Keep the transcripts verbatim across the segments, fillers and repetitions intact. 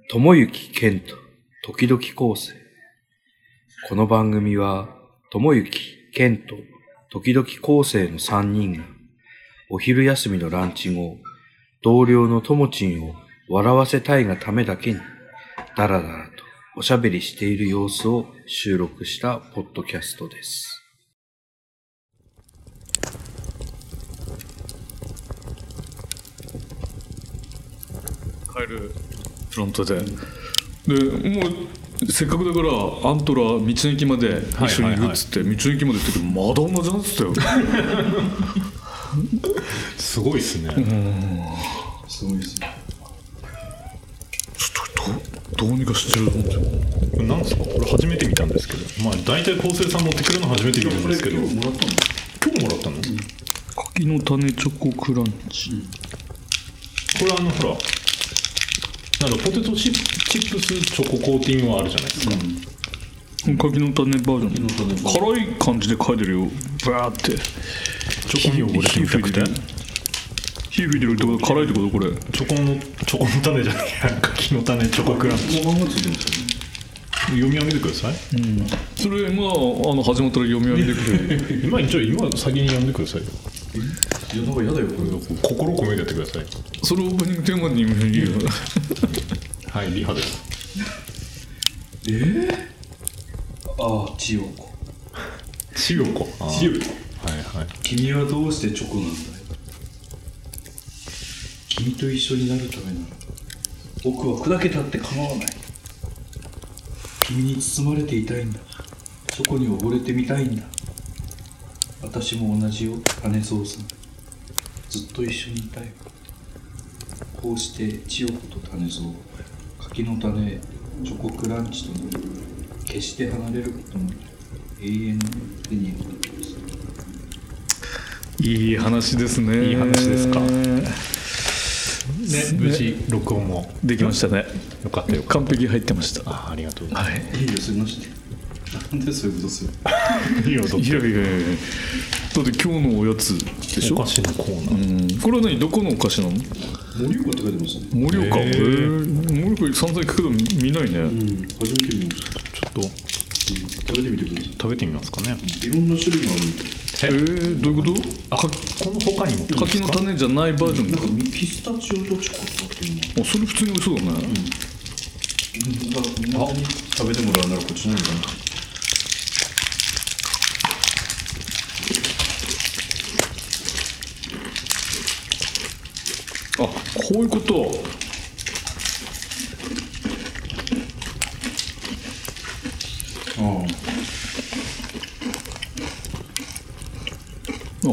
友幸健と時々構成。この番組は友幸健と時々構成のさんにんがお昼休みのランチ後、同僚のともちんを笑わせたいがためだけにダラダラとおしゃべりしている様子を収録したポッドキャストです。 帰るフロントで、でもうせっかくだからアントラ道の駅まで一緒に行くっつって、はいはいはい、道の駅まで行ったけどまだ同じなんつったよすごいっすね。 うん、すごいっすね。ちょっと ど, どうにかしてると思って。 これ何ですか？これ初めて見たんですけど、まあ大体昴生さん持ってくるの初めて見るんですけど、 今日もらったの？ 今日もらったの？うん、 柿の種チョコクランチ、うん、 これあのほらなんかポテトチップスチョココーティングはあるじゃないですか、 うん、柿の種バージョン、辛い感じで書いてるよ、バーってチョコに汚れてみたくて火吹いてるってこと辛いってこと？これチョコのチョコの種じゃないや柿の種チョコクランチ。読み上げてください、 うん、それまあ、あの始まったら読み上げてくれ今一応今先に読んでくださいよ。 いやなんかやだよこれ、 心込めてやってください。 それオープニングテーマに言うよはい、リハです。 えー、ああ、千代子千代子千代子、 はいはい。 君はどうしてチョコなんだい。君と一緒になるためなら僕は砕けたって構わない。君に包まれていたいんだ。チョコに溺れてみたいんだ。私も同じよ、金蔵さん。ずっと一緒にいたい。こうして千代子と種蔵、柿の種チョコクランチとも決して離れることのない永遠の手に入れています。いい話ですね。 いい話ですかね。無事録音もできましたね。 よかったよ。 完璧入ってました。 あ、ありがとうございます。 はい、いいよ、すみません。なんでそういうことするいいよ、どうぞ。 いやいやいや、だって今日のおやつでしょ。 お菓子のコーナー、 うん、これは何、どこのお菓子なの？盛岡って書いてますね。盛岡、へー、盛岡散々行くけど見ないね、うん、初めて見ました。 ちょっと、うん、 食べてみてください。 食べてみますかね。 いろんな種類があるんで。えー、どういうこと？あ、この他にも柿の種じゃないバージョン。なんかピスタチオとチョコとかっていうの。あ、それ普通に美味しそうだね。うん。あ、食べてもらうならこっちの方がいいかな。あ、こういうこと。ああ。ああ。うん。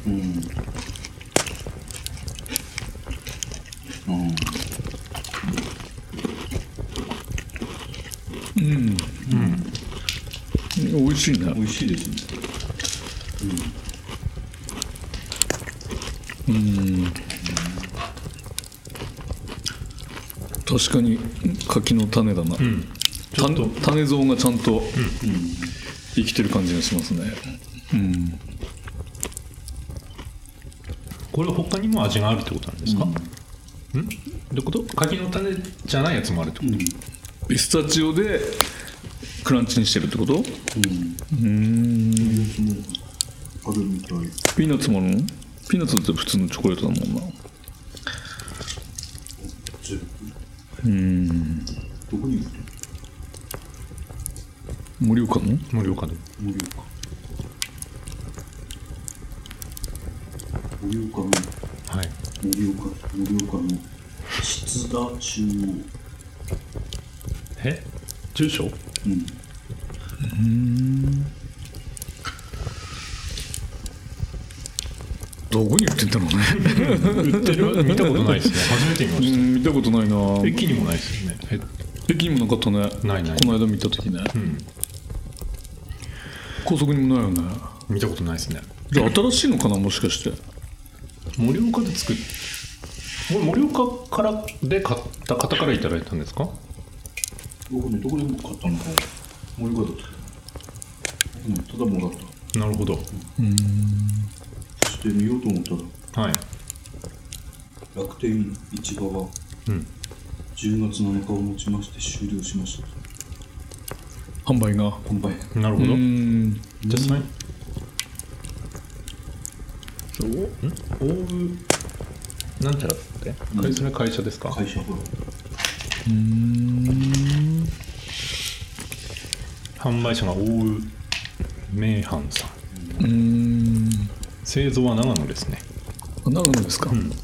うん。うん。うん。美味しいね。美味しいですね。うん。うん。確かに柿の種だな、うん、種, 種像がちゃんと生きてる感じがしますね、うん、 これは他にも味があるってことなんですか？うん、んどういうこと？柿の種じゃないやつもあるってこと？うん、 ピスタチオでクランチにしてるってこと？うん、うーん、あるみたい。ピーナッツもあるの？ピーナッツって普通のチョコレートだもんな。うーん、どこにいるの？盛岡の？ 盛岡で。 盛岡。盛岡の。 はい。 盛岡、盛岡の質田中央。 え？住所？うん。 うーん。どこに売ってんだろうね。 売ってる？見たことないですね。初めて見ました。 うん、見たことないな。 駅にもないですよね。 駅にもなかったね。 ないない。 この間見たときね、うん。高速にもないよね。 見たことないですね。 じゃあ新しいのかな、もしかして。 盛岡で作っ盛岡からで買った方からいただいたんですか？ 僕ね、どこでも買ったのか盛岡だった。うん、ただもらった。 なるほど。 うん。してみようと思ったら、 はい、 楽天市場は、 うん、 じゅうがつなのかをもちまして終了しました。 販売が。 販売。 なるほど。 うーん。 じゃあさいそう、んオールなんちゃらって会それ会社ですか？ 会社ほら。 うーん。 販売者がオール名阪さん。 うーん。 製造は長野ですね。 長野ですか。 うん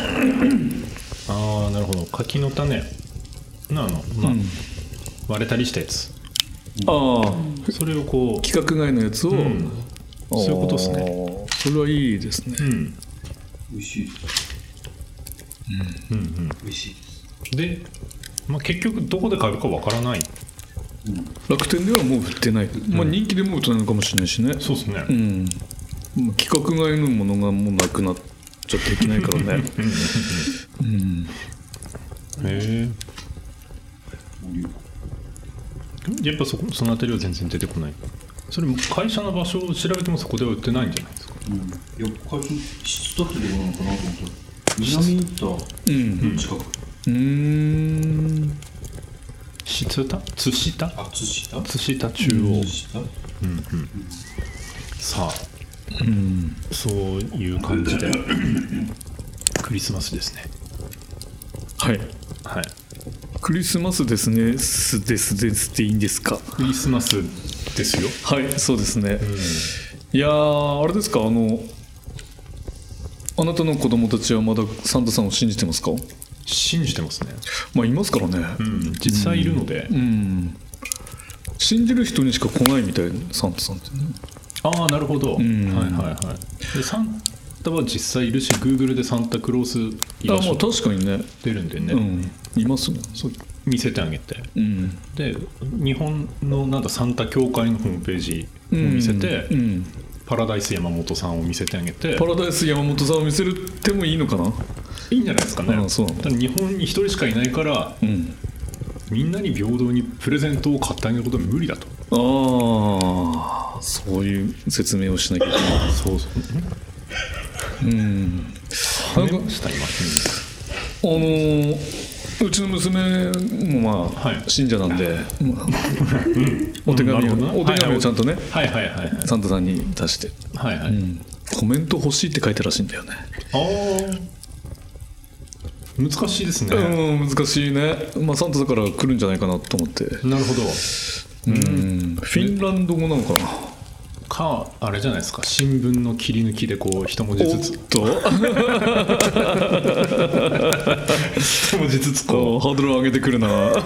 ああ、なるほど。柿の種のあの、まあうん割れたりしたやつ、 ああ、 それをこう、 規格外のやつを、 うんそういうことですね。 ね。それはいいですね。 うん美味しいです。 うんうん美味しいです。 で、まあ、結局どこで買えるかわからない。 うん。 楽天ではもう売ってない。まあ人気でもう売ってないのかもしれないしね。 そうですね。 うん。まあ規格外のものがもうなくなっちゃっていけないからね。うん。 へ森岡。 え。やっぱそこそのあたりは全然出てこない。それも会社の場所を調べてもそこでは売ってないんじゃないですか。 うん。いや、会社質だってところなのかなと思ったら、南に行ったうん。 近く。 うーん。 質田津下あ、津下津下中央、 津下うんうん、さあうん。 そういう感じでクリスマスですね。 はい。 はい。 クリスマスですね。すですですっていいんですか。 クリスマスですよ。 はい、そうですね。 うんいやー、あれですか、あの、あなたの子供たちはまだサンタさんを信じてますか？ 信じてますね。 まあ、いますからね。 うん実際いるので、 うん。信じる人にしか来ないみたいな、サンタさんってね。 ああなるほど、 んはいはいはいでサンタは実際いるし Google でサンタクロースいあ、まあ場所確かにね。 出るんでね、 うん。いますね。 そう見せてあげて、 うん。 で日本のなんだサンタ協会のホームページを見せて、 うんうんパラダイス山本さんを見せてあげてパラダイス山本さんを見せるってもいいのかな。 いいんじゃないですかね。 ああそうなんだただ日本に一人しかいないからうん。 みんなに平等にプレゼントを買ってあげることは無理だと。 ああ、そういう説明をしなきゃいけない。 そうそううん。なんか、 跳ねました今、 あのーうちの娘もまあ、 はい信者なんで、まあお手紙を、 なるほどなお手紙をちゃんとね、 はいはいはいはいサンタさんに出して、 はいはい、 うんコメント欲しいって書いてらしいんだよね。 ああ難しいですね、 うん、難しいね。まあサンタだから来るんじゃないかなと思って。 なるほど。 うん、フィンランド語なのかな。 かあれじゃないですか、新聞の切り抜きでこう一文字おっずつと一文字ずつここうハードルを上げてくるな。 う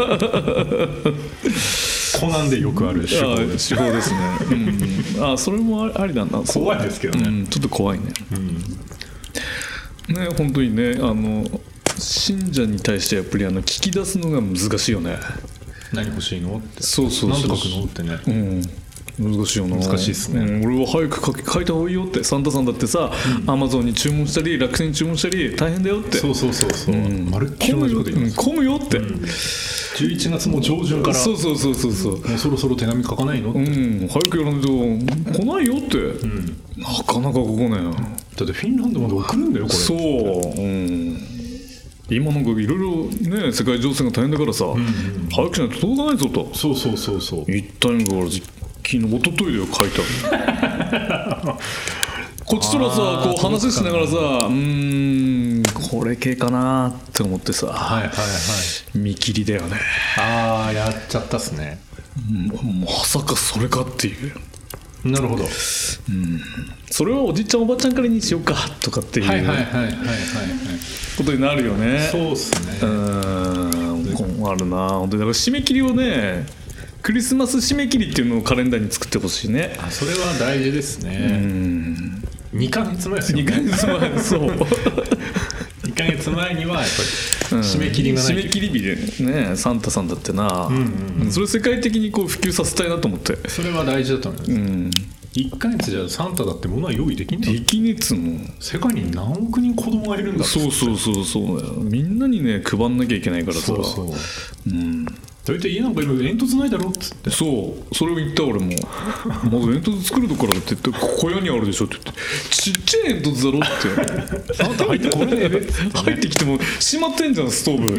コナンでよくある手法あです。 手法ですね。うん、あ、それもありなんだ。そう怖いですけどね、 うん、ちょっと怖いね。 うんね、本当にね、あの信者に対してやっぱりあの聞き出すのが難しいよね。 何欲しいのってそうそうそう。 何で書くのってね、 うん、難しいよな。 難しいっすねうん、俺は早く書き書いた方がいいよって。サンタさんだってさ、アマゾンに注文したり楽天に注文したり大変だよって。 そうそうそうそう、 うんまるっきり同じこと言います。 混むよって、 じゅういちがつも上旬からそうそうそうそうそう。 もうそろそろ手紙書かないの、 うん、早くやらないと来ないよって、 うんなかなかここね。 だってフィンランドまで送るんだよこれ。 そう、うん、今なんかいろいろね世界情勢が大変だからさ、早くしないと届かないぞとそうそうそうそう言ったんだから、昨日一昨日だよ書いたこっちとらさこう話しながらさ、うーんこれ系かなって思ってさ、 はいはいはい見切りだよね。 ああやっちゃったっすね。 まさかそれかっていう、 なるほど。 それはおじいちゃんおばちゃんからにしようかとかっていうはいはいはいはいはいはいことになるよね。 そうっすね。 うーん困るな本当に。だから締め切りをね、クリスマス締め切りっていうのをカレンダーに作ってほしいね。 あそれは大事ですうね。 んにかげつまえですよにかね。 げつまえそうにかげつまえにはやっぱり締め切りがないと締め切り日でね、サンタさんだってな、 んそれ世界的にこう普及させたいなと思って。 それは大事だと思います。 うんいっかげつじゃサンタだってものは用意できんだ。 できねえっつうの。 世界に何億人子供がいるんだ。 そうそうそうそうだよ。みんなにね配んなきゃいけないからさ。 そうそう。 うん、 大体家なんか今煙突ないだろっつって。 そうそれを言った俺もまず煙突作るとこからだって言って小屋にあるでしょって言ってちっちゃい煙突だろってあんた入ってこれねえべっつってね、 入ってきても閉まってんじゃんストーブ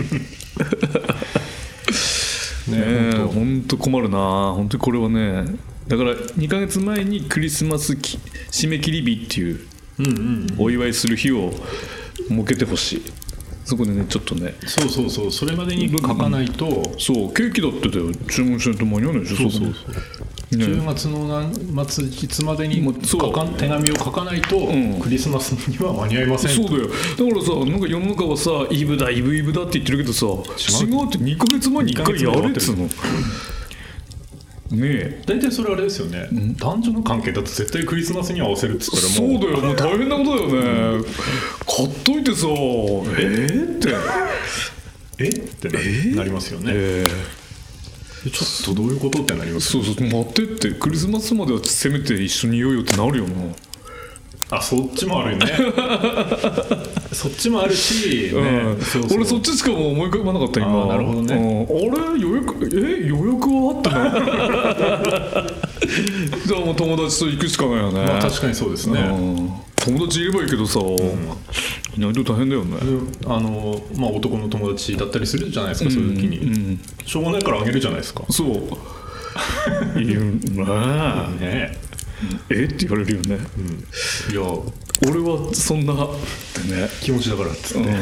ねえほんと困るな本当にこれはね。だからにかげつまえにクリスマスき締め切り日っていうお祝いする日を設けてほしい。そこでねちょっとねそうそうそうそれまでに書かないと、うん、 そうケーキだってだよ注文しないと間に合わないでしょ。 そうそうそう、ね、じゅうがつの末日までに書か手紙を書かないと、うん、クリスマスには間に合いません。 そうだよ。だからさなんか世の中はさイブだイブイブだって言ってるけどさ違うってにかげつまえにいっかいやれっつうのねえ大体それあれですよね、うん、男女の関係だと絶対クリスマスに合わせるっつったらもうそうだよもう大変なことだよね、うん、買っといてさえー、ってえってな、えー、なりますよね、えー、ちょっとどういうことってなりますよね。そうそう待ってってクリスマスまではせめて一緒にいようよってなるよな。 あそっちもあるねそっちもあるし、ねうん、そうそう俺そっちしかも思い浮かばなかった今。 あなるほどね、 うん、あれ予約え予約はあったなじゃあもう友達と行くしかないよね。 まあ確かにそうですね、うん、 友達いればいいけどさ、うん、いないと大変だよね。 あの、まあ、男の友達だったりするじゃないですか、うん、そういう時に、うん、しょうがないからあげるじゃないですか。 そういやまあねえって言われるよね、うん、いや俺はそんなってね気持ちだからっつって、うん、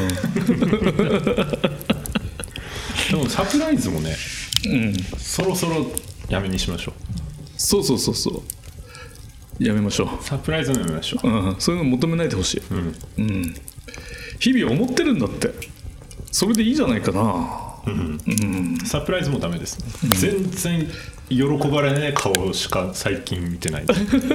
でもサプライズもね、うん、そろそろやめにしましょう。そうそうそうそうやめましょう。 サプライズもやめましょう、 うん、そういうの求めないでほしい、うんうん、日々思ってるんだってそれでいいじゃないかな。うんうん、サプライズもダメですね、うん、全然喜ばれない顔しか最近見てない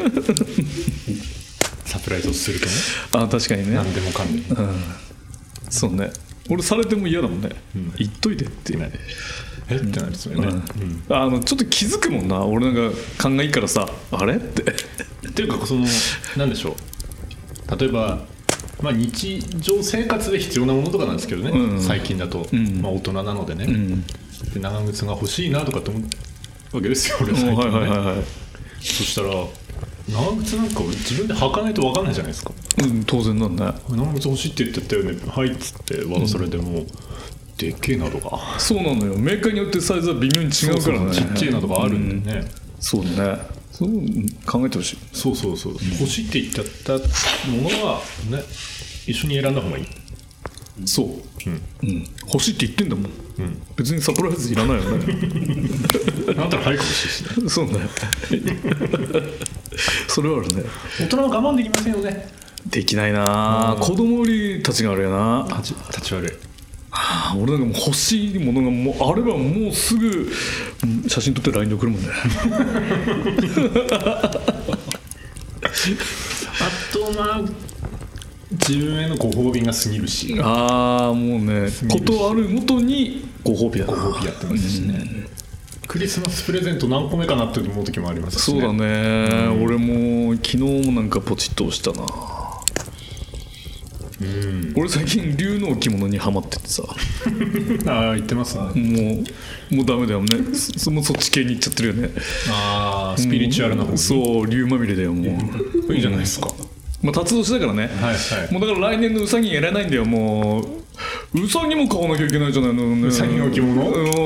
サプライズをするとね。 あ確かにね何でもかんでも、うん、 そうね俺されても嫌だもんね、うん、言っといてってねえってなりそうよね、 うんうん、あのちょっと気づくもんな俺なんか勘がいいからさあれってっていうかその何でしょう例えばまあ、日常生活で必要なものとかなんですけどね、うん、最近だと、うんまあ、大人なのでね、うん、で長靴が欲しいなとかと思うわけですよ俺最近ね、はいはいはいはい、そしたら長靴なんか自分で履かないと分かんないじゃないですか、 うん、当然なんだ。 長靴欲しいって言ってたよねはいっつって渡されても、うん、でっけえなとかそうなのよメーカーによってサイズは微妙に違うからね。 そうそうちっちゃいなとかあるんでね、うん、 そうねそう考えてほしい。 そうそうそう、うん、欲しいって言っちゃったものはね一緒に選んだ方がいい。 そう、うんうん、欲しいって言ってんだもん、うん、別にサプライズいらないよねあんたら早く欲しいしねそうねそれはあるね。 大人は我慢できませんよね。 できないな、うん、子供より立ちが悪いよな。 立ち、立ち悪い、 はあ、俺なんかもう欲しいものがもうあればもうすぐ写真撮って ライン で送るもんねあとまあ自分へのご褒美が過ぎるしああもうねことあるごとにご褒美だご褒美やってますしね、うん、クリスマスプレゼント何個目かなって思う時もありますしね。そうだね、うん、俺も昨日もなんかポチッと押したな。うん、俺最近竜の着物にハマっててさああ言ってますね。 もうもうダメだよねそもうそっち系に行っちゃってるよね。 ああスピリチュアルな方にそう竜まみれだよもういいじゃないですか。 まあ、辰年だからね、はいはい、もうだから来年のうさぎやれないんだよ。もううさぎも買わなきゃいけないじゃないの、ね、 うさぎの置物、 うん、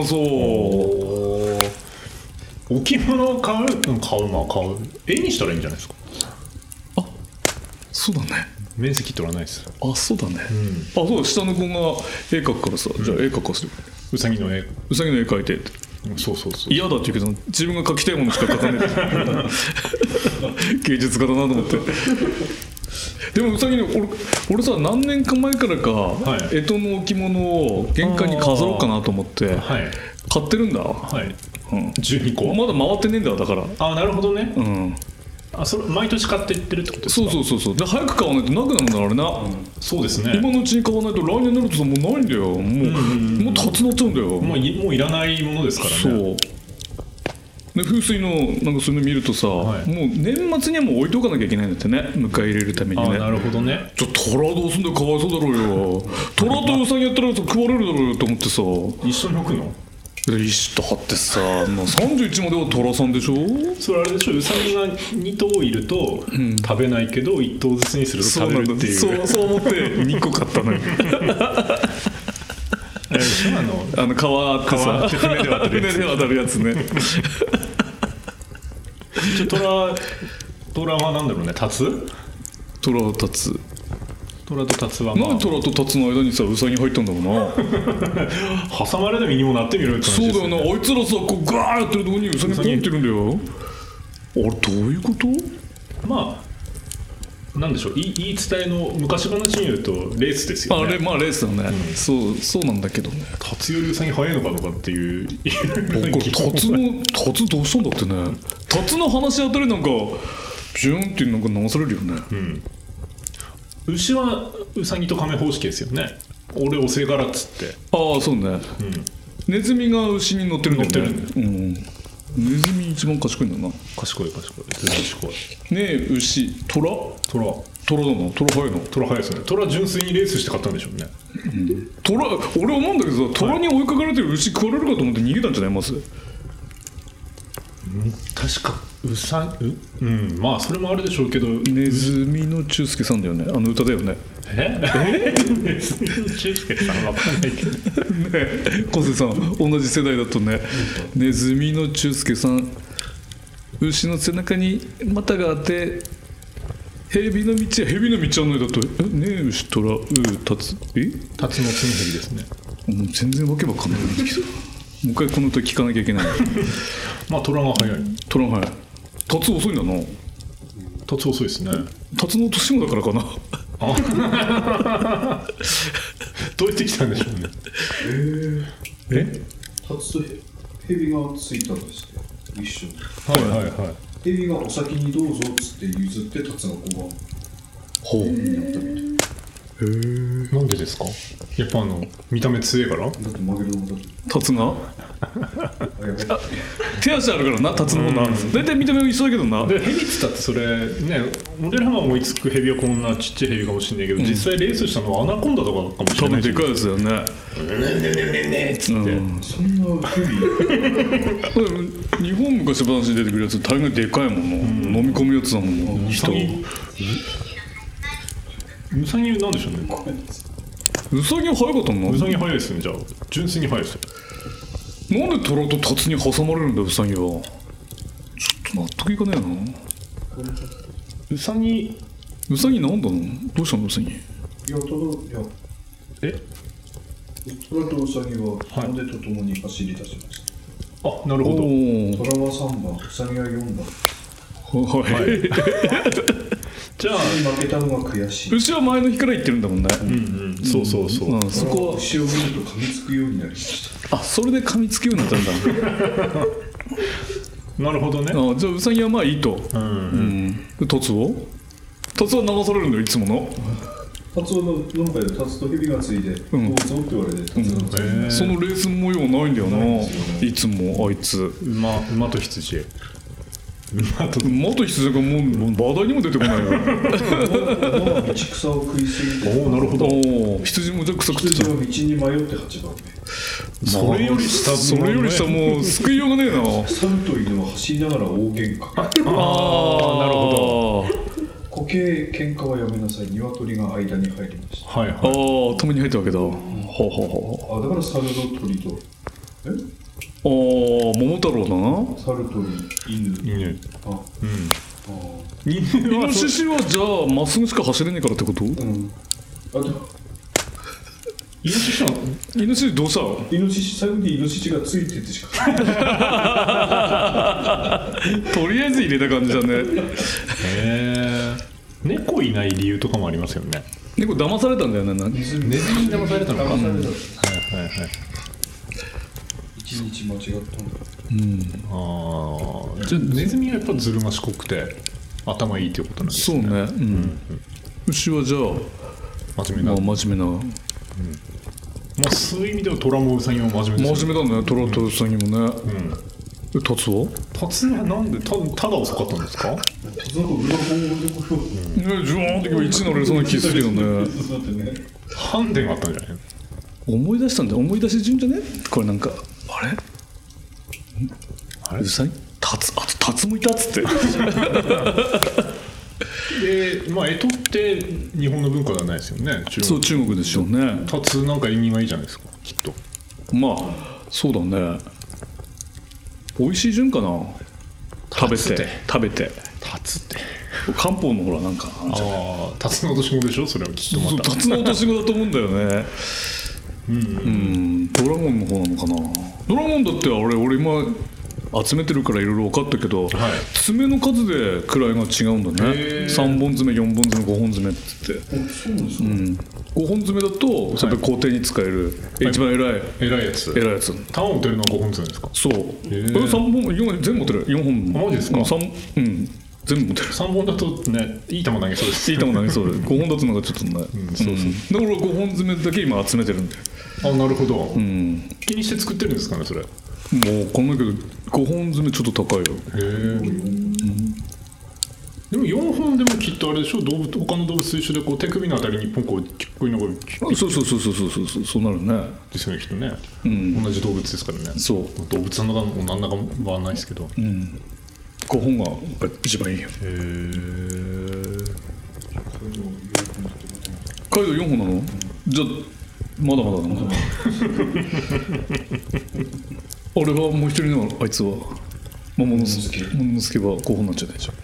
そう置物を買う、うん、買うまあ買う絵にしたらいいんじゃないですか。 あそうだね面積取らないです。 あそうだね、うん、あそうだ下の子が絵描くからさ、うん、じゃあ絵描かせる。 うさぎの絵うさぎの絵描いてって。 そうそうそう嫌だって言うけど自分が描きたいものしか描かない芸術家だなと思ってでもうさぎの 俺, 俺さ何年か前からか、はい、干支の置物を玄関に飾ろうかなと思って買ってるんだ、はいうん、じゅうにこまだ回ってねえんだだから。 あなるほどね、 うんあそれ毎年買っていってるってことですか。 そうそうそうそうで早く買わないとなくなるんだあれな、うん、 そうですね。 今のうちに買わないと来年になるとさもうないんだよもう、うんうんうん、もう立つなっちゃうんだよ。 もう い, もういらないものですからね。 そうで風水のなんかそういうの見るとさ、はい、もう年末にはもう置いとかなきゃいけないんだってね迎え入れるためにね。 あなるほどね。 ちょっと虎どうすんだよかわいそうだろうよ虎とウサギやったらさ食われるだろうよと思ってさ一緒に置くの。 石と張ってささんじゅういちまでは虎さんでしょ。 それあれでしょ、ウサギがに頭いると、うん、食べないけどいっ頭ずつにすると食べるっていう、 そうそうそう思ってにこ買ったのよあれでしょ、あのあの川ってさ船で渡るやつ船で渡るやつねちょ虎虎はなんだろうね、タツ虎はタツ虎とタツは、まあ、 なんで虎とタツの間にさウサギ入ったんだろうな挟まれた身にもなってみるって話ですよね。 そうだよな、あいつらさこうガーやってるとこにウサギポンってるんだよ。あれどういうこと？ まあなんでしょう、言い伝えの昔話に言うとレースですよね。 あれまあレースだね、うん、そうそうなんだけどね。 タツよりウサギ速いのかとかっていう僕タツのタツどうしたんだってね。タツの話あたりなんかビューンってなんか流されるよね、うん。 牛はウサギとカメ方式ですよね。俺おせ柄っつって。 ああそうね、うん、ネズミが牛に乗ってるんだよね。 乗ってるんだよ、うん、 ネズミ一番賢いんだな。 賢い賢い全然賢いねえ牛トラトラトラだな。トラ速いの。 トラ速いですね。トラ純粋にレースして買ったんでしょうね、 うん、トラ俺思うんだけどさ、トラに追いかかれてる牛食われるかと思って逃げたんじゃないます？ うん、確かウサギ、うん、まあそれもあるでしょうけど、 ネズミのチュウスケさんだよね、あの歌だよね。 ええネズミのチュウスケさんわかんないけどね、小瀬さん同じ世代だとね、ネズミのチュウスケさん、牛の背中に股があって蛇の道は蛇の道案内だと、えねえ牛トラウタツえタツのツンヘビですね。 もう全然わけわかんないんだけどもう一回この歌聞かなきゃいけないまあトラが早い。 トラが早い。タツ遅いんだな。 タツ遅いですね。 タツの年もだからかなあどうやって来たんでしょうね。 えー、えタツとヘビがついたんですね、一緒に。 はいはいはい。 ヘビがお先にどうぞっつって譲ってタツがこうほうやったみたい。 へー、なんでですか？やっぱあの見た目強いから？ だって負けるもんだって。 タツが手足あるからな、タツの方な。大体見た目は一緒だけどな。 でヘビっつったってそれね、俺らが思いつくヘビはこんなちっちゃいヘビかもしれないけど、うん、実際レースしたのはアナコンダとかかもしれない。 多分でかいやつだよね。ねねねねねっつって、うん、 そんなヘビ日本昔話に出てくるやつ大概でかいもんな、うん、飲み込むやつだもんな。人ウサギなんでしょうね。 ウサギは速かったの？ ウサギ速いですね。じゃあ純粋に速いですよ。 なんでトラとタツに挟まれるんだウサギは。ちょっと納得いかねえな。 ウサギウサギなんだの？どうしたのウサギ？ いや、ただ、いやえトラとウサギは羽でとともに走り出しました。 あ、なるほど。 トラはさんばん、ウサギはよんばん。 はいじゃあ負けたのが悔しい。 牛は前の日から言ってるんだもんね。 うんうん、そうそうそう、うん、 そこは牛を見ると噛みつくようになりました。 あ、それで噛みつくようになったんだなるほどね。 あ、じゃあウサギはまあいいと。うん、うん、タツはタツは流されるんだよいつもの。 タツはなんかでタツとヘビがついて、うん、どうぞって言われてタツがついて、 うん、そのレース模様ないんだよな、ね、いつもあいつ馬、馬と羊馬と馬と羊がもう話題にも出てこないよ馬は道草を食いすぎて。 おお、なるほど。 羊もじゃ草食ってた。 羊は道に迷ってはちばんめ。 それより下、 それより下もう救いようがねえな。 猿と犬は走りながら大喧嘩。ああ、なるほど。 固形喧嘩はやめなさい。鶏が間に入りました。 はいはい。 ああ、共に入ったわけだ。はあはあはあ。あ、だから猿と鳥と。え？ ああ、桃太郎だな。 猿鳥、犬。 犬。 あ、うん。ああ。イノシシはじゃあまっすぐしか走れねえからってこと？うん。 あと。 イノシシはイノシシどうしたの？ イノシシ、最後にイノシシがついててしかとりあえず入れた感じだね。へえ。猫いない理由とかもありますよね。 猫騙されたんだよね。 ネズミに騙されたのか。 騙された。はいはいはい。 一日間違ったんだ。 うん。 ああ。じゃあネズミはやっぱずる賢くて頭いいっていうことなんですね。 そうね。うん。牛はじゃあ真面目な。 まあ真面目な。うん。 まあそういう意味ではトラもウサギも真面目ですよね。 真面目だね、トラとウサギもね。うん。タツは？ タツはなんでたただ遅かったんですか？ タツなんか裏方でこう。 ね、ジュワーンっていちになれそうな気するけどね。 ハンデがあったんじゃない？ 思い出したんだよ。思い出し順じゃね？これなんかあれ？ あれうさぎタツ、あとタツもいたっつってで、まあ干支って日本の文化ではないですよね。中国そう中国でしょうね。 タツなんか縁起がいいじゃないですかきっと。 まあそうだね。美味しい順かな。食べて食べてタツって漢方のほらなんかああタツの落とし子でしょそれはきっとまた。 タツの落とし子だと思うんだよねうん、うん、ドラゴンの方なのかな。ドラゴンだってあれ俺今集めてるからいろいろ分かったけど、はい、爪の数で位が違うんだね。さんぼん爪よんぼん爪ごほん爪って言って。そうなんですか、うん、ごほん爪だとそれで工程に使える、はい、一番偉い偉いやつ。 偉いやつ。 弾を持てるのはごほん爪ですか。そうさんぼんよん全部持てるよんほん。 マジですか。 うん全部持てる。 さんぼんだとねいい球投げそうです。 いい球投げそうですごほんだとなんかちょっとね、うん、そうそう、うん、だからごほん爪だけ今集めてるんで。 あなるほど、 うん、 気にして作ってるんですかねそれ。 もうこんだけどごほん爪ちょっと高いよ。へえ、うん、 でもよんほんでもきっとあれでしょ。動物他の動物と一緒でこう手首のあたりに一本こうこういうのがそうそうそうそうそうそうそうなるね。 ですよねきっとね、 うん、 同じ動物ですからね。そう動物の中の何らかはないですけど、うん、 ごほんが一番いいよ。へえ。カイドウよんほんなの、うん、じゃあまだまだなのかなあれはもう一人のあいつは桃之助桃之助はごほんになっちゃうでしょ。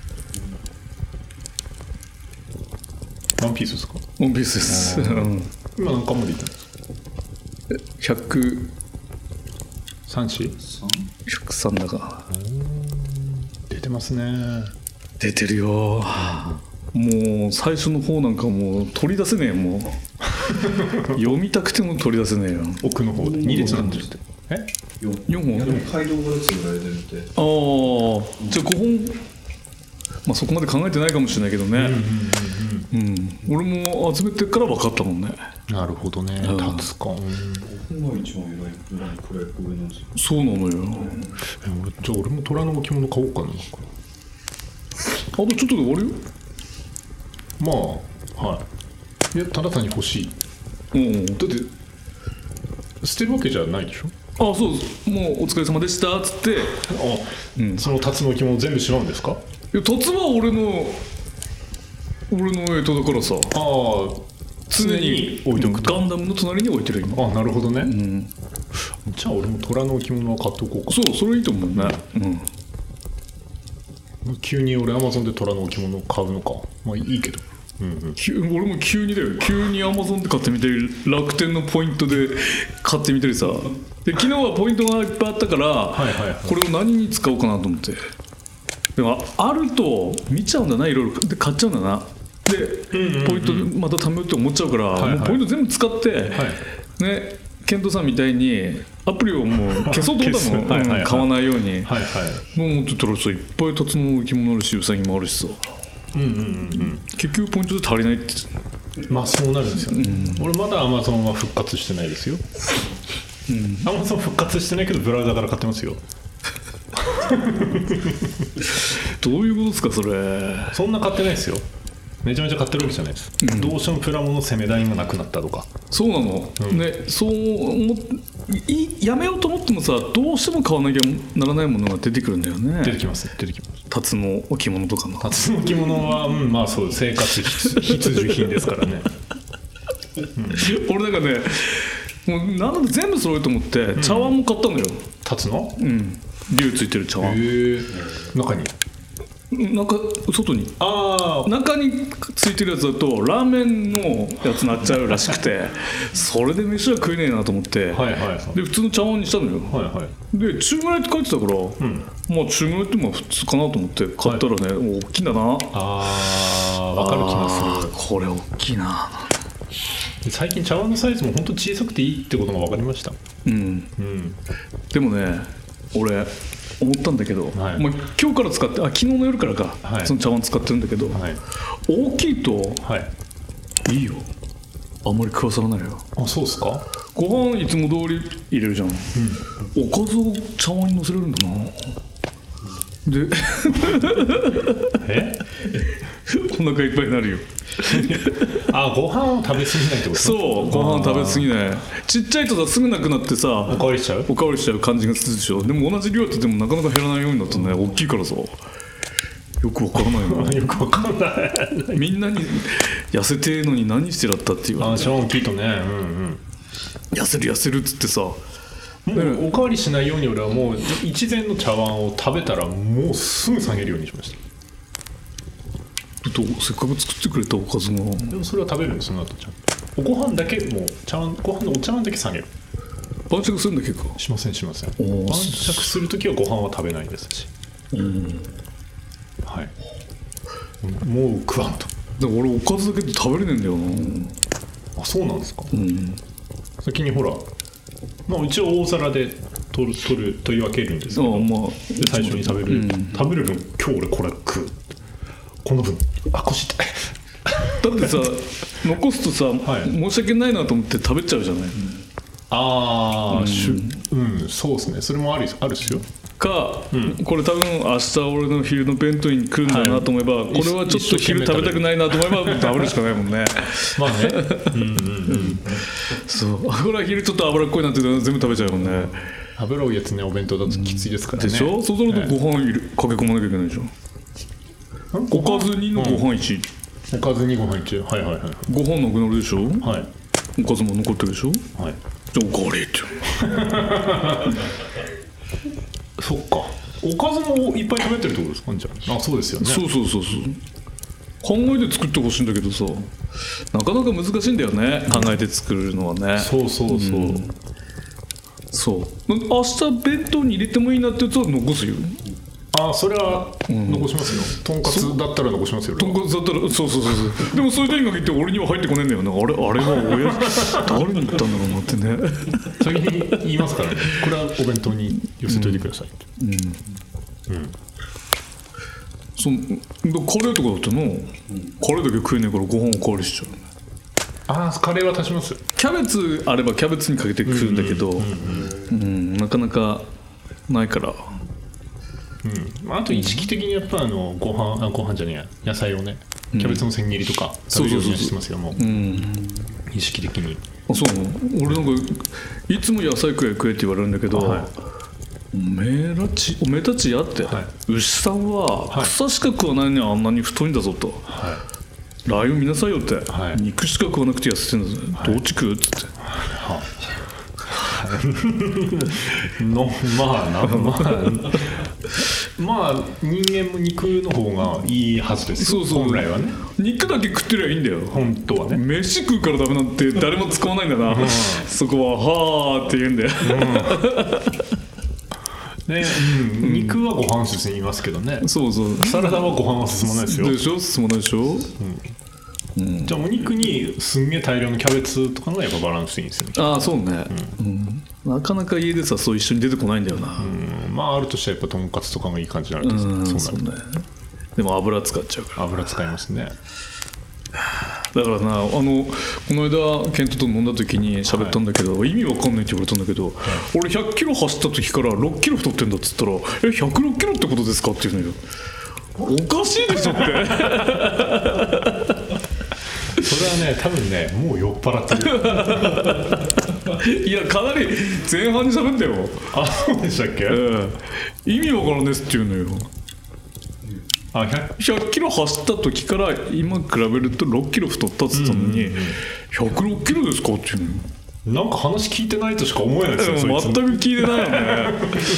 ワンピースですか。 ワンピースです、うん、 今何巻までいったんですか。 ひゃくさんしひゃくさんだか。 出てますね。 出てるよ。もう最初の方なんかもう取り出せねえよもう読みたくても取り出せねえよ。 奥の方でに列なんですって。えよんほん。いやでも街道がつぶられてるって。 ああじゃあごほんまあそこまで考えてないかもしれないけどね。うん、うんうん、俺も集めてから分かったもんね。 なるほどね。立つか。ごほんが一番偉いくらいくらい上なんですよ。 そうなのよ。 え俺じゃあ俺も虎の置物買おうかな。なんかあとちょっとで終わるよ。 まあはいいやただ単に欲しい、うん、だって捨てるわけじゃないでしょ。 ああそうもうお疲れ様でしたっつってあ、うん、そのタツの置物全部しまうんですか。 いやタツは俺の俺の干支だからさ。ああ常に置いとくと、うん、ガンダムの隣に置いてる今。 あなるほどね、うん、じゃあ俺も虎の置物は買っておこうか。 そうそれいいと思うね、 うん、急に俺アマゾンで虎の置物を買うのか。まあいいけど、うんうん、 俺も急にだよ。急にアマゾンで買ってみたり楽天のポイントで買ってみたりさ。で昨日はポイントがいっぱいあったから、はいはいはい、これを何に使おうかなと思って。でもあると見ちゃうんだな、いろいろで買っちゃうんだな。で、うんうんうん、ポイントまた貯めようって思っちゃうから、はいはい、もうポイント全部使って、はい、ねケントさんみたいにアプリをもう消そうと思ったのはいはい、はい、買わないように、はいはい、もうちょっといっぱいタツの置物あるしウサギもあるしさ、うんうんうんうん、結局ポイントで足りないって。 まあそうなるんですよね、うん、俺まだアマゾンは復活してないですよ。アマゾン復活してないけどブラウザから買ってますよ。 どういうことですかそれ。そんな買ってないですよ。めちゃめちゃ買ってるわけじゃないです、うん、どうしてもプラモの攻め台がなくなったとか。 そうなの、うん、ね、そう思いやめようと思ってもさ、どうしても買わなきゃならないものが出てくるんだよね。 出てきます出てきます。 タツの置物とかの。 タツの置物は、うん、まあそう生活必需品ですからね。 うん、俺なんかねもうなんだか全部揃えると思って茶碗も買ったのよ。 タツのうん竜ついてる茶碗。へえ。中になんか外にあ中についてるやつだとラーメンのやつになっちゃうらしくてそれで飯は食えねえなと思って、はいはいはい、で普通の茶碗にしたのよ、はいはい、で中ぐらいって書いてたから、うん、まあ中ぐらいってまあ普通かなと思って買ったらね、はい、大きいんだなあ分かる気がする。 これ大きいな。 最近茶碗のサイズも本当小さくていいってことが分かりました。うん、 うん、でもね俺思ったんだけど、はい、まあ、今日から使ってあ昨日の夜からか、はい、その茶碗使ってるんだけど、はい、大きいと、はい、いいよ。あんまり食わさらないよ。 あそうですか。 ご飯いつも通り入れるじゃん、うん、おかずを茶碗にのせれるんだな。でえお腹いっぱいになるよあ、ご飯を食べ過ぎないってこと？ そう、ご飯食べ過ぎない。ちっちゃいとさすぐなくなってさおかわりしちゃうおかわりしちゃう感じがするでしょ。でも同じ量やっててもなかなか減らないようになったね。大きいからさよくわからないなよくわかんないみんなに痩せてるのに何してらったって言われて、 あ、超大きいとね、うんうん、 痩せる痩せるっつってさ、 もうおかわりしないように俺はもう一膳の茶碗を食べたらもうすぐ下げるようにしました。 せっかく作ってくれたおかずが。 でもそれは食べるんですその後ちゃんと。おご飯だけもう茶碗、ご飯のお茶碗だけ下げる。 晩酌するんだ結構。 しませんしません。晩酌するときはご飯は食べないですし、うん、はい、もう食わんと。 でも俺おかずだけで食べれねえんだよな。 あ、そうなんですか。 うん、 先にほら、まあ、一応大皿で取る取る取り分けるんですけど、あ、まあ、で最初に食べる、うん、食べる分今日俺これ食う、この分あ腰痛いだってさ残すとさ、はい、申し訳ないなと思って食べちゃうじゃない、うん、 ああ、うん、うん、そうですね。それもあるあるっすよ。 か、うん、これ多分明日俺の昼の弁当に来るんだなと思えば、はい、これはちょっと昼食べたくないなと思えば食べるしかないもんねまあねうんうん、うん、 そうこれは昼ちょっと脂っこいなって全部食べちゃうもんね。 脂多いやつね、お弁当だときついですからね。 でしょ。そうするとご飯入れ、はい、かけ込まなきゃいけないでしょ。おかずにのご飯いち、 うん、おかずにご飯いち、はいはいはい。 ご飯なくなるでしょ。 はい。 おかずも残ってるでしょ。はい。じゃあおかわりってそっか。おかずもいっぱい食べてるってことですか。じゃあ。あ、そうですよね。 そうそうそうそう。考えて作ってほしいんだけどさ、なかなか難しいんだよね、考えて作るのはね。 そうそうそう、うん、 そう明日弁当に入れてもいいなってやつは残すよ。 ああ、それは残しますよ、うん、とんかつだったら残しますよ。 とんかつだったらそうそうそうそうでもそういう時に限って俺には入ってこねえんだよね。あれあれは親誰に言ったんだろうなってね先に言いますからね、これはお弁当に寄せといてくださいって。うん、うんうん、 そのカレーとかだっての、うん、カレーだけ食えねえからご飯おかわりしちゃう。 ああ、カレーは足します。 キャベツあればキャベツにかけて食うんだけど、うんうんうんうん、なかなかないから、 うん、あと意識的にやっぱあのご飯あご飯じゃねえや野菜をね、キャベツの千切りとか食べるようにはしてますよ、もう、うん、意識的に。 あ、そうなの。俺なんかいつも野菜食え食えって言われるんだけど、はい、おめえらちおめえたちやって、はい、牛さんは草しか食わないのにあんなに太いんだぞと、はい、ラー油見なさいよって、はい、肉しか食わなくて痩せてんだぞ、はい、どっち食うっつって、はのまあなまあまあ人間も肉の方がいいはずです。 そうそう、 本来はね。肉だけ食ってりゃいいんだよ本当はね。 飯食うからダメなんて誰も使わないんだな、うん、そこははーって言うんだよ、 うんね、うん、肉はご飯進みますけどね。 そうそう、 サラダはご飯は進まないですよ。 でしょ、進まないでしょ、うんうん、じゃあお肉にすんげえ大量のキャベツとかのがやっぱバランスいいんですよね。 ああ、そうね、うんうん、なかなか家でさそう一緒に出てこないんだよな、 うん、まああるとしたらやっぱとんかつとかがいい感じになると、 うん、そうなる、ね、でも油使っちゃうから。 油使いますね。 だからな、あのこの間ケントと飲んだ時に喋ったんだけど、はい、意味わかんないって言われたんだけど、はい、俺ひゃっキロ走った時からろっキロ太ってんだっつったら、えひゃくろっキロってことですかって言うのよ。おかしいでしょってそれはね、多分ね、もう酔っ払ってるいや、かなり前半に喋ったよ。 あ、そうでしたっけ、うん、 意味わからんですって言うのよ。あ、ひゃっキロ走った時から今比べるとろっキロ太ったっつったのに、うんうんうん、ひゃくろっキロですかって言うの。なんか話聞いてないとしか思えないですよ。 全く聞いてないよね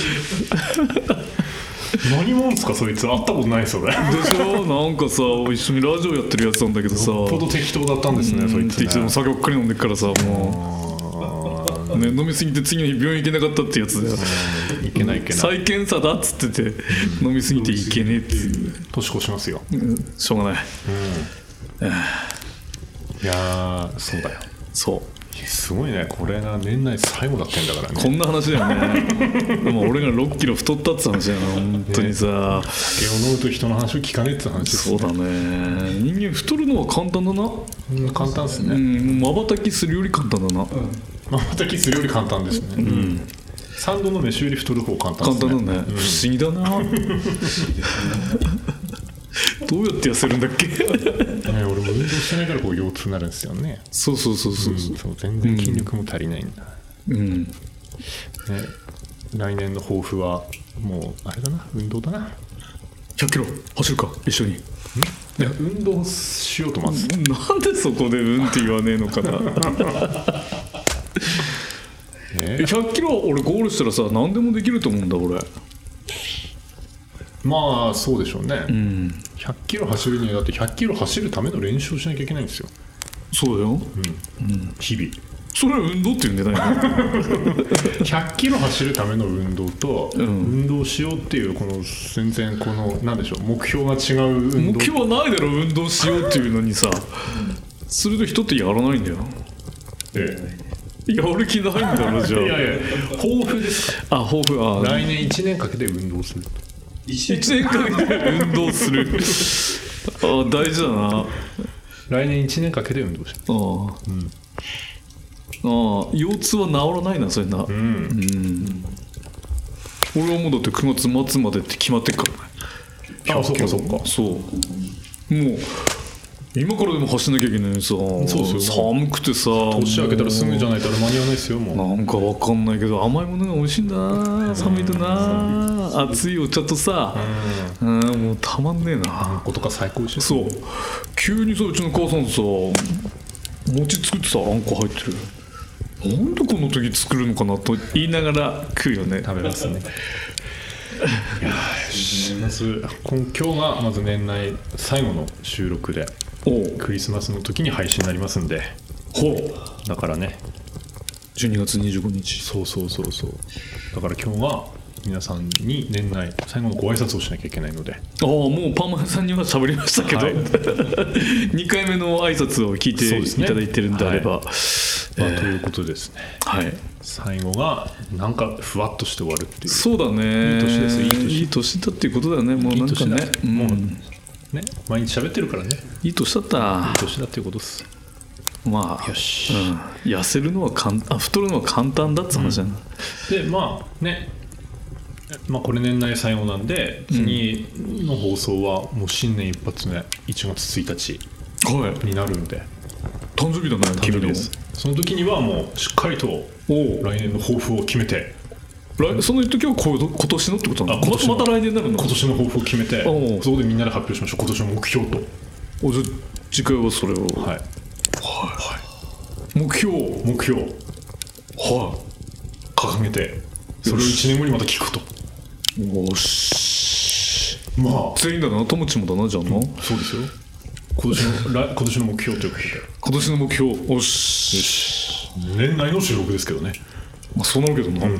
何者ですかそいつ。会ったことないですよね。でしょ。なんかさ一緒にラジオやってるやつなんだけどさ、 よっぽど適当だったんですね、うん、そいつね。 適当の酒ばっかり飲んでっからさ、もう、ね、飲みすぎて次の日病院行けなかったってやつだよ。 いけないいけない。 再検査だっつってて、うん、飲みすぎていけねえっていう。 年越しますよ、 うん、しょうがない、 うん、いやそうだよ。 そうすごいね、これが年内最後だったんだからね。 こんな話だよねでも俺がろっキロ太ったって話だよな、本当にさ、ね、 酒を飲むと人の話を聞かねえって話です、 ね、そうだね。人間太るのは簡単だな、 うん、簡単ですね。 まばたきするより簡単だな。 まばたきするより簡単ですね、うん、三度の飯より太る方簡単ですね。 簡単だね、うん、不思議だなどうやって痩せるんだっけね、俺も運動してないからこう腰痛になるんですよね。 そうそうそうそう、うん、 そう全然筋力も足りないんだ、 うんね、 来年の抱負はもうあれだな、運動だな。 ひゃっキロ走るか一緒に。んいや運動しようとまず。 なんでそこでうんって言わねえのかなね、ひゃっキロ俺ゴールしたらさ何でもできると思うんだ俺。 まあそうでしょうね、 うん、 ひゃっキロ走るにはだってひゃっキロ走るための練習をしなきゃいけないんですよ。 そうだよ、うんうん、日々。 それは運動って言うんじゃないのひゃっキロ走るための運動と、うん、運動しようっていうこの全然このなんでしょう目標が違う運動。 目標はないだろ運動しようっていうのにさそれと人ってやらないんだよ。 ええやる気ないんだろじゃあ。 いやいや抱負ですか。 あ抱負あ来年いちねんかけて運動すると。 いちねんかけて運動するあ大事だな。 来年いちねんかけて運動する。 ああ、うんああ腰痛は治らないなそれな、うんうん、俺はもうだってくがつまつまでって決まってっからね。 ああそっかそっか。 そうもう今からでも走んなきゃいけないのにさ。そうですよ寒くてさ年明けたらすぐじゃないと間に合わないですよ。もうなんかわかんないけど甘いものが美味しいんだな寒いとな熱いお茶とさ、うん、もうたまんねえな。 あんことか最高美味しい。 そう急にさうちの母さんさ餅作ってさあんこ入ってる。なんでこの時作るのかなと言いながら食うよね。 食べますね。いやまず今日がまず年内最後の収録でクリスマスの時に配信になりますんで。 ほうだからねじゅうにがつにじゅうごにち。 そうそうそうそう。だから今日は皆さんに年内最後のご挨拶をしなきゃいけないので。ああもうパーマさんには喋りましたけど、はい、にかいめの挨拶を聞いていただいてるんであれば、 まあ、ということですね、 はい、 最後がなんかふわっとして終わるっていう。 そうだねいい年です。いい年いい年だっていうことだよね。もうなんかねいいもうね毎日喋ってるからねいい年だった。 いい年だっていうことです。 まあよし、 うん、痩せるのは簡単あ太るのは簡単だって話だな、うん、 でまあねまあこれ年内最後なんで次の放送はもう新年一発目いちがつついたちになるんで、はい、 誕生日だね。 誕生日です。その時にはもうしっかりと来年の抱負を決めて。 来その時は今年のってことなの。今年また来年になるの。 今年の抱負を決めてそこでみんなで発表しましょう。今年の目標と。 おじゃ次回はそれをはい、 はいはい、 目標目標はい掲げてそれをいちねんごにまた聞くと。 よしまあ全員だな。友達もだなじゃあな、うん、 そうですよ。今年の来今年の目標ということで。 今年の目標おしよし年内の収録ですけどね。 まあそうなるけどな、うんうん、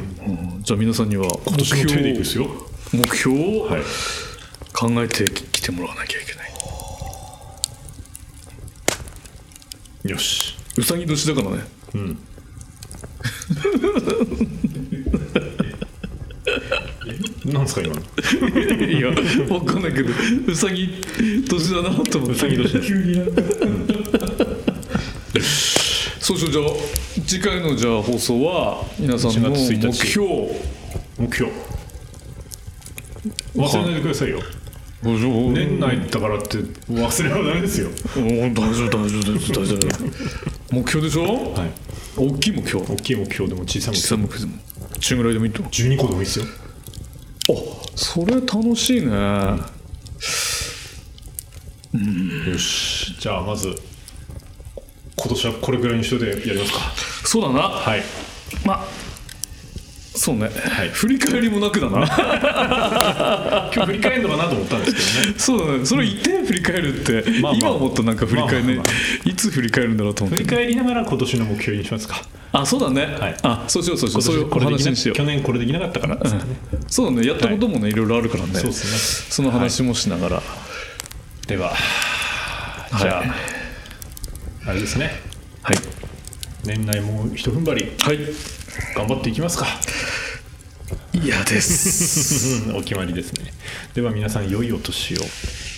じゃあ皆さんには今年の手でいくですよ。 目標を考えてきてもらわなきゃいけない、 はい、よしうさぎ年だからね。 うんなんすか今の。 いや分かんないけどうさぎ年だなと思って。うさぎ年急にやるそうしよう。じゃあ次回のじゃあ放送は皆さんの目標目標忘れないでくださいよ。年内だからって忘れはダメですよ。 大丈夫大丈夫大丈夫大丈夫目標でしょ。 はい。 大きい目標。 大きい目標でも小さい目標。 小さい目標でも中ぐらいでもいいと。 じゅうにこでもいいですよ。 あ、それ楽しいね、うんうん、よしじゃあまず今年はこれぐらいにしといてやりますか。 そうだな。 はい。 まあそうね、はい、振り返りもなくだな今日振り返るのかなと思ったんですけどね。 そうだね。それいってん振り返るって、まあまあ、今思ったなんか振り返りね、まあまあまあ、いつ振り返るんだろうと思って。 振り返りながら今年の目標にしますか。 あ、そうだね、はい、あ、そうしようそうしよう。そういうお話にしよう。 去年これできなかったからっつってね、 うん、そうだね。やったこともね、はい、いろいろあるからね。 そうですね。 その話もしながら、はい、 ではじゃあ、はい、あれですね。 はい。 年内もう一踏ん張り、 はい、 頑張っていきますか。 嫌ですお決まりですね。では皆さん良いお年を。